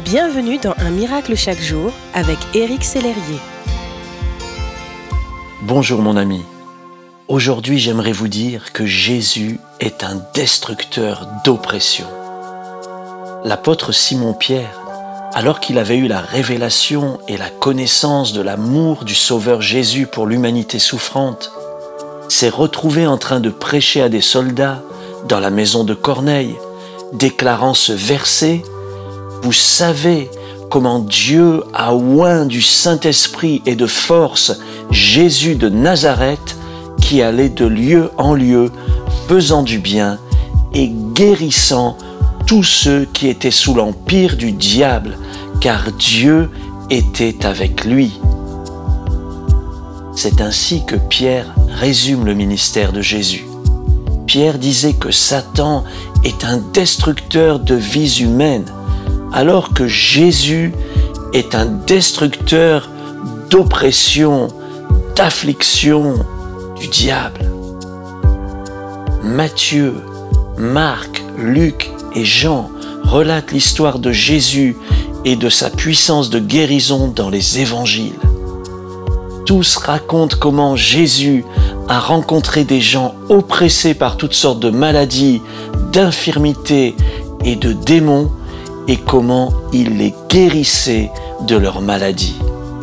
Bienvenue dans Un miracle chaque jour avec Éric Sellerier. Bonjour mon ami. Aujourd'hui, j'aimerais vous dire que Jésus est un destructeur d'oppression. L'apôtre Simon-Pierre, alors qu'il avait eu la révélation et la connaissance de l'amour du Sauveur Jésus pour l'humanité souffrante, s'est retrouvé en train de prêcher à des soldats dans la maison de Corneille, déclarant ce verset: « Vous savez comment Dieu a oint du Saint-Esprit et de force Jésus de Nazareth, qui allait de lieu en lieu, faisant du bien et guérissant tous ceux qui étaient sous l'empire du diable, car Dieu était avec lui. » C'est ainsi que Pierre résume le ministère de Jésus. Pierre disait que Satan est un destructeur de vies humaines, alors que Jésus est un destructeur d'oppression, d'affliction du diable. Matthieu, Marc, Luc et Jean relatent l'histoire de Jésus et de sa puissance de guérison dans les évangiles. Tous racontent comment Jésus a rencontré des gens oppressés par toutes sortes de maladies, d'infirmités et de démons, et comment il les guérissait de leurs maladies.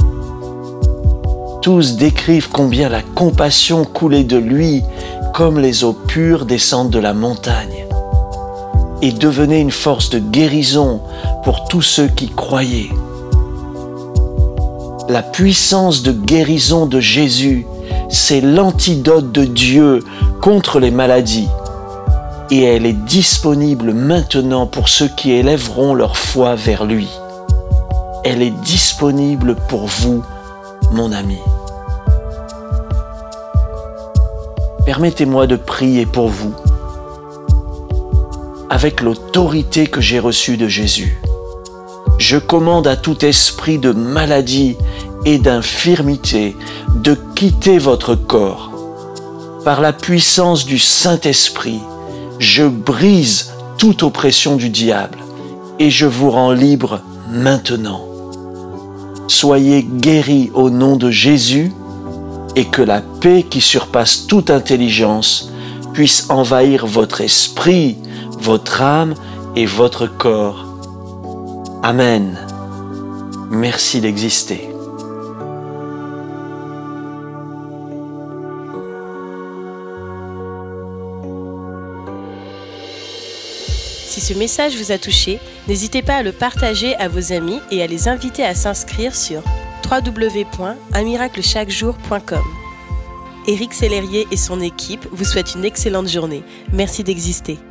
Tous décrivent combien la compassion coulait de lui comme les eaux pures descendent de la montagne, et devenait une force de guérison pour tous ceux qui croyaient. La puissance de guérison de Jésus, c'est l'antidote de Dieu contre les maladies. Et elle est disponible maintenant pour ceux qui élèveront leur foi vers lui. Elle est disponible pour vous, mon ami. Permettez-moi de prier pour vous, avec l'autorité que j'ai reçue de Jésus. Je commande à tout esprit de maladie et d'infirmité de quitter votre corps. Par la puissance du Saint-Esprit, je brise toute oppression du diable et je vous rends libre maintenant. Soyez guéris au nom de Jésus et que la paix qui surpasse toute intelligence puisse envahir votre esprit, votre âme et votre corps. Amen. Merci d'exister. Si ce message vous a touché, n'hésitez pas à le partager à vos amis et à les inviter à s'inscrire sur www.unmiraclechaquejour.com. Éric Sellerier et son équipe vous souhaitent une excellente journée. Merci d'exister.